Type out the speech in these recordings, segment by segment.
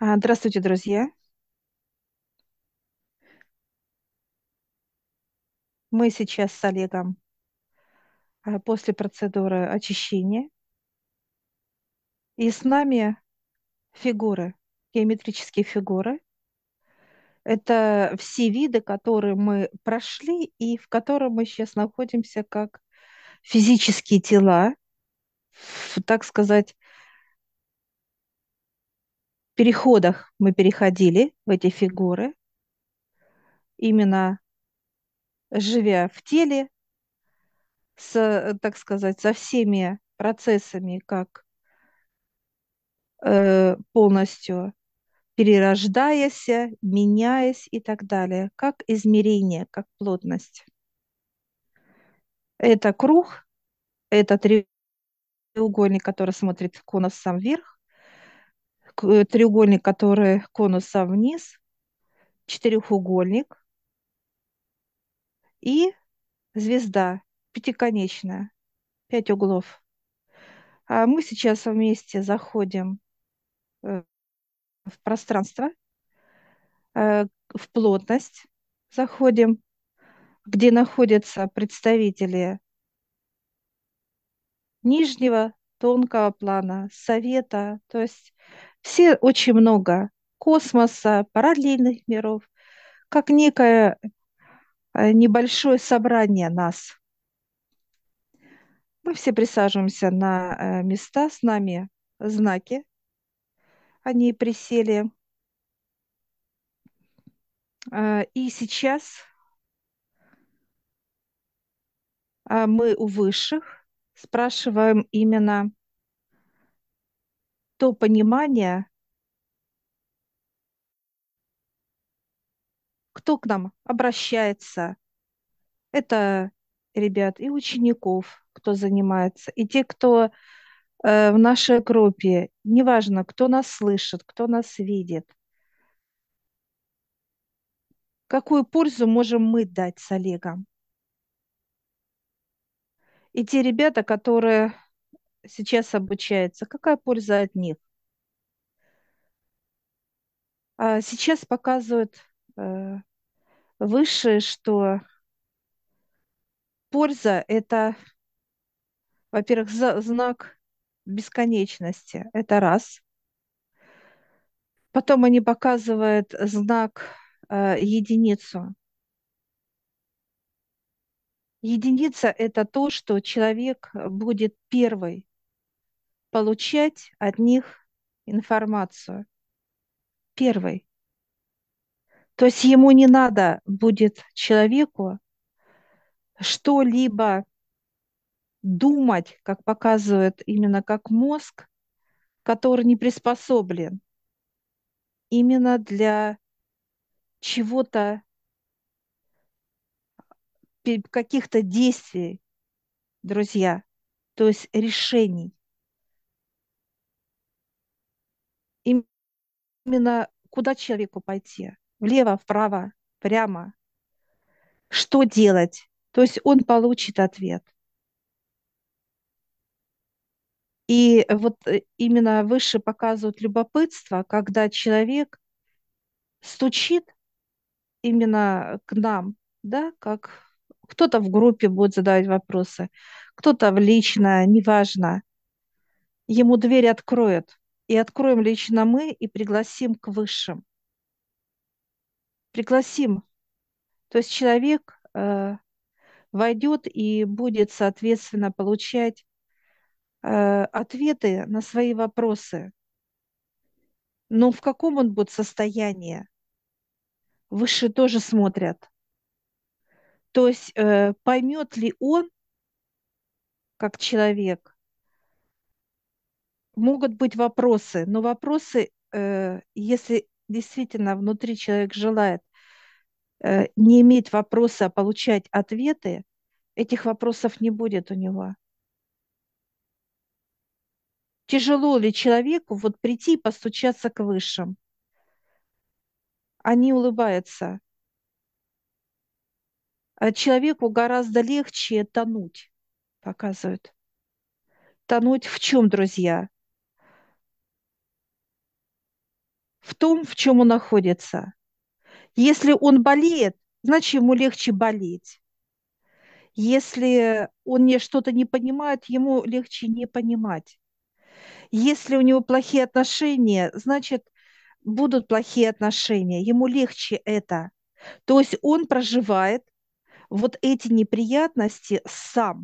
Здравствуйте, друзья. Мы сейчас с Олегом после процедуры очищения. И с нами фигуры, геометрические фигуры. Это все виды, которые мы прошли и в котором мы сейчас находимся как физические тела, так сказать, переходах мы переходили в эти фигуры, именно живя в теле, так сказать, со всеми процессами, как полностью перерождаясь, меняясь и так далее, как измерение, как плотность. Это круг, это треугольник, который смотрит конусом вверх, треугольник, который конусом вниз, четырехугольник и звезда пятиконечная, пять углов. А мы сейчас вместе заходим э, в пространство, в плотность заходим, где находятся представители нижнего, тонкого плана, совета, то есть все очень много космоса, параллельных миров, как некое небольшое собрание нас. Мы все присаживаемся на места, с нами знаки, они присели. И сейчас мы у высших спрашиваем именно то понимание, кто к нам обращается. Это ребят и учеников, кто занимается, и те, кто в нашей группе, неважно, кто нас слышит, кто нас видит, какую пользу можем мы дать с Олегом. И те ребята, которые сейчас обучаются, какая польза от них? Сейчас показывают высшее, что польза– это, во-первых, знак бесконечности, это раз. Потом они показывают знак единицу. Единица– это то, что человек будет первый получать от них информацию. Первый. То есть ему не надо будет человеку что-либо думать, как показывает именно как мозг, который не приспособлен именно для чего-то, каких-то действий, друзья, то есть решений. Именно куда человеку пойти? Влево, вправо, прямо? Что делать? То есть он получит ответ. И вот именно выше показывают любопытство, когда человек стучит именно к нам, да, как кто-то в группе будет задавать вопросы, кто-то в лично, неважно. Ему дверь откроют. И откроем лично мы и пригласим к высшим. Пригласим. То есть человек войдет и будет, соответственно, получать ответы на свои вопросы. Но в каком он будет состоянии? Высшие тоже смотрят. То есть поймет ли он, как человек, могут быть вопросы, но вопросы, если действительно внутри человек желает не иметь вопросы, а получать ответы, этих вопросов не будет у него. Тяжело ли человеку вот прийти и постучаться к высшим? Они улыбаются. А человеку гораздо легче тонуть, показывают. Тонуть в чем, друзья? в том, в чем он находится. Если он болеет, значит, ему легче болеть. Если он что-то не понимает, ему легче не понимать. Если у него плохие отношения, значит, будут плохие отношения. Ему легче это. То есть он проживает вот эти неприятности сам.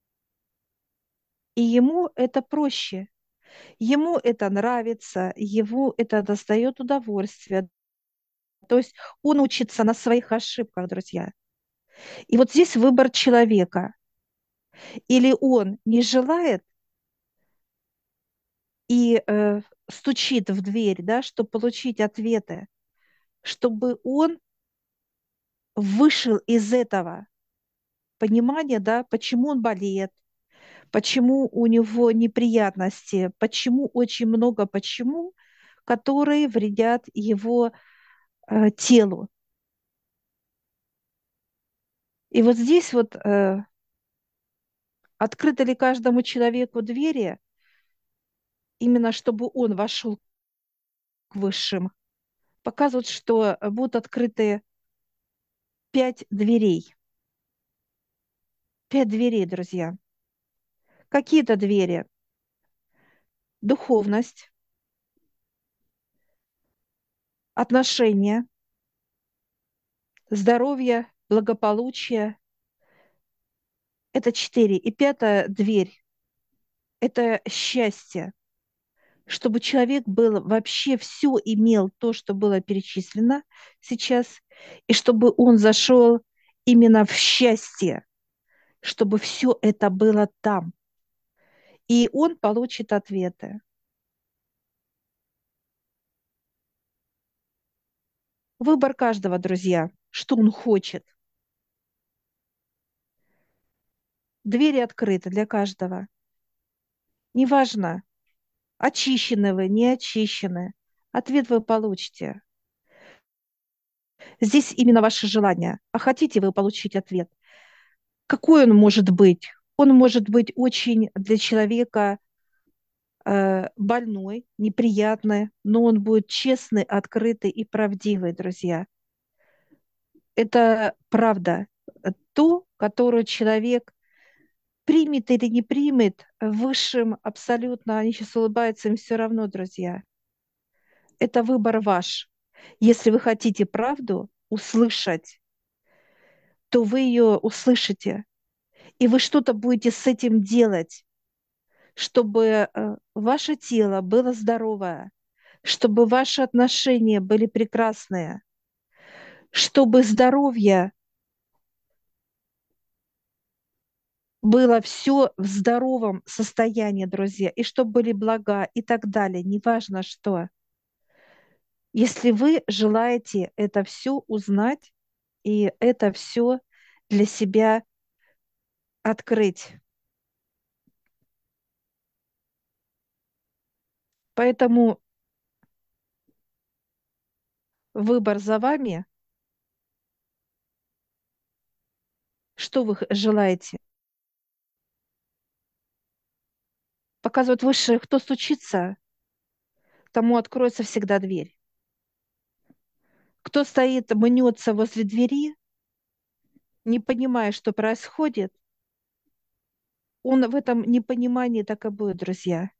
И ему это проще. Ему это нравится, ему это достает удовольствие. То есть он учится на своих ошибках, друзья. И вот здесь выбор человека. Или он не желает и стучит в дверь, да, чтобы получить ответы, чтобы он вышел из этого понимания, да, почему он болеет, почему у него неприятности, почему очень много почему, которые вредят его телу. И вот здесь вот открыты ли каждому человеку двери, именно чтобы он вошел к высшим, показывают, что будут открыты 5 дверей. 5 дверей, друзья. Какие-то двери. Духовность, отношения, здоровье, благополучие. Это 4. И 5 дверь. Это счастье. Чтобы человек был вообще все имел то, что было перечислено сейчас, и чтобы он зашел именно в счастье, чтобы все это было там. И он получит ответы. Выбор каждого, друзья, что он хочет. Двери открыты для каждого. Неважно, очищены вы, не очищены. Ответ вы получите. Здесь именно ваше желание. А хотите вы получить ответ? Какой он может быть? Он может быть очень для человека больной, неприятный, но он будет честный, открытый и правдивый, друзья. Это правда. То, которую человек примет или не примет, высшим абсолютно, они сейчас улыбаются, им все равно, друзья. Это выбор ваш. Если вы хотите правду услышать, то вы ее услышите, и вы что-то будете с этим делать, чтобы ваше тело было здоровое, чтобы ваши отношения были прекрасные, чтобы здоровье было все в здоровом состоянии, друзья, и чтобы были блага и так далее, неважно что. Если вы желаете это все узнать и это все для себя открыть. Поэтому выбор за вами. Что вы желаете? Показывают высшие, кто стучится, тому откроется всегда дверь. Кто стоит, мнется возле двери, не понимая, что происходит, он в этом непонимании так и будет, друзья.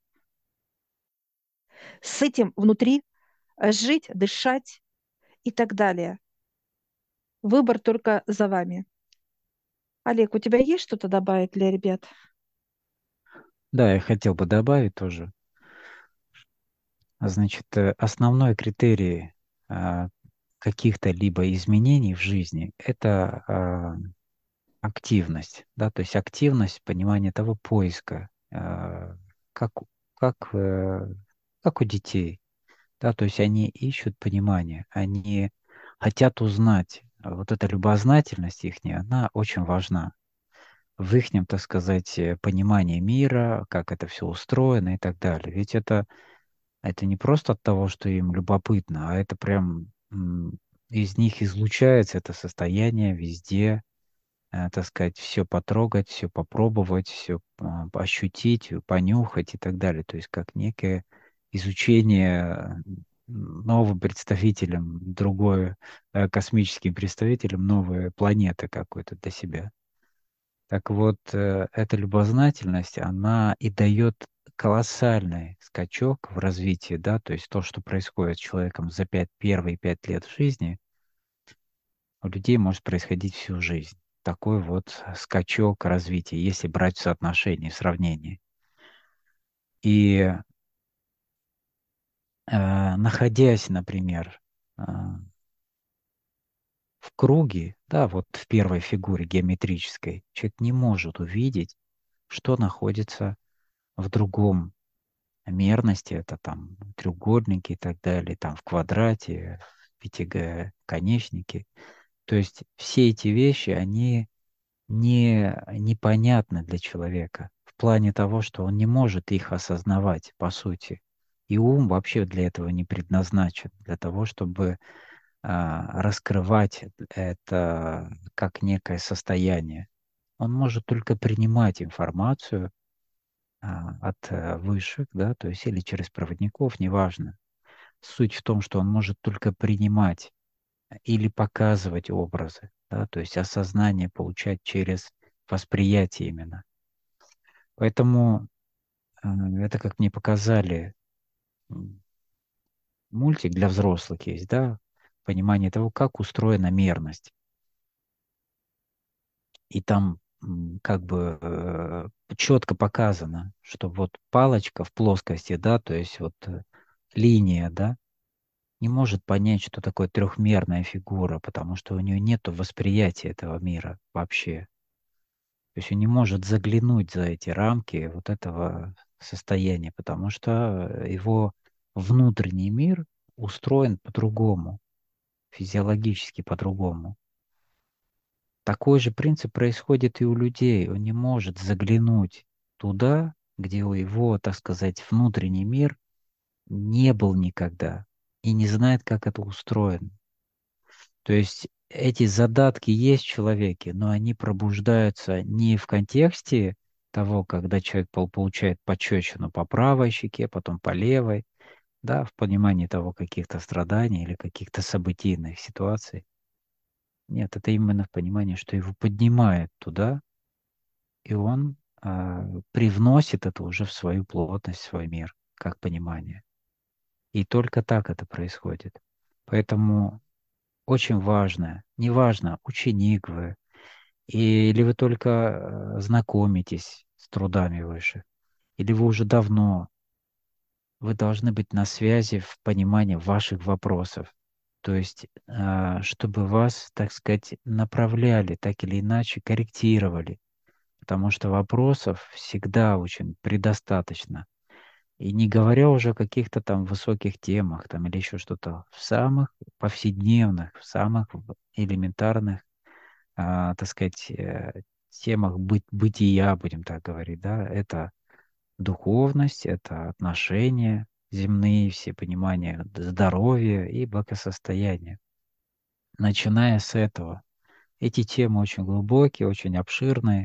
С этим внутри жить, дышать и так далее. Выбор только за вами. Олег, у тебя есть что-то добавить для ребят? Да, я хотел бы добавить тоже. Значит, основной критерий а, каких-то либо изменений в жизни — это активность, да, то есть активность, понимание того поиска, как, как, как у детей, да, то есть они ищут понимание, они хотят узнать. Вот эта любознательность их, она очень важна в их, так сказать, понимании мира, как это все устроено и так далее. Ведь это не просто от того, что им любопытно, а это прям из них излучается это состояние везде, так сказать, все потрогать, все попробовать, все ощутить, понюхать и так далее. То есть как некое изучение новым представителем другой, космическим представителем новой планеты какой-то для себя. Так вот, эта любознательность, она и дает колоссальный скачок в развитии, да, то есть то, что происходит с человеком за первые 5 лет жизни, у людей может происходить всю жизнь. Такой вот скачок развития, если брать в соотношении, в сравнении. И находясь, например, в круге, да, вот в первой фигуре геометрической, человек не может увидеть, что находится в другом мерности, это там треугольники и так далее, там в квадрате, в пятиконечнике. То есть все эти вещи, они непонятны для человека в плане того, что он не может их осознавать, по сути. И ум вообще для этого не предназначен, для того, чтобы раскрывать это как некое состояние. Он может только принимать информацию от высших, да, то есть или через проводников, неважно. Суть в том, что он может только принимать или показывать образы, да, то есть осознание получать через восприятие именно. Поэтому это, как мне показали, м, мультик для взрослых есть, да, понимание того, как устроена мерность. И там как бы четко показано, что вот палочка в плоскости, да, то есть вот линия, да, не может понять, что такое трехмерная фигура, потому что у нее нет восприятия этого мира вообще. То есть он не может заглянуть за эти рамки вот этого состояния, потому что его внутренний мир устроен по-другому, физиологически по-другому. Такой же принцип происходит и у людей. Он не может заглянуть туда, где у его, так сказать, внутренний мир не был никогда и не знает, как это устроено. То есть эти задатки есть в человеке, но они пробуждаются не в контексте того, когда человек получает пощечину по правой щеке, потом по левой, да, в понимании того каких-то страданий или каких-то событийных ситуаций. Нет, это именно в понимании, что его поднимает туда, и он привносит это уже в свою плотность, в свой мир, как понимание. И только так это происходит. Поэтому очень важно, неважно, ученик вы, или вы только знакомитесь с трудами выше, или вы уже давно, вы должны быть на связи в понимании ваших вопросов. То есть, чтобы вас, так сказать, направляли, так или иначе корректировали, потому что вопросов всегда очень предостаточно. И не говоря уже о каких-то там высоких темах там, или еще что-то, в самых повседневных, в самых элементарных, так сказать, темах бытия, будем так говорить, да, это духовность, это отношения земные, все понимания здоровья и благосостояния. Начиная с этого, эти темы очень глубокие, очень обширные,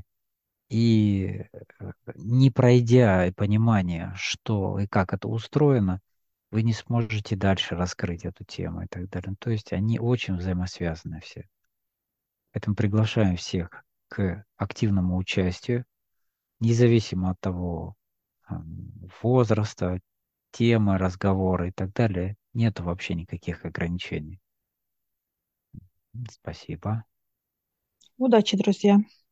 и не пройдя понимание, что и как это устроено, вы не сможете дальше раскрыть эту тему и так далее. То есть они очень взаимосвязаны все. Поэтому приглашаем всех к активному участию, независимо от того возраста, темы разговора и так далее. Нет вообще никаких ограничений. Спасибо. Удачи, друзья!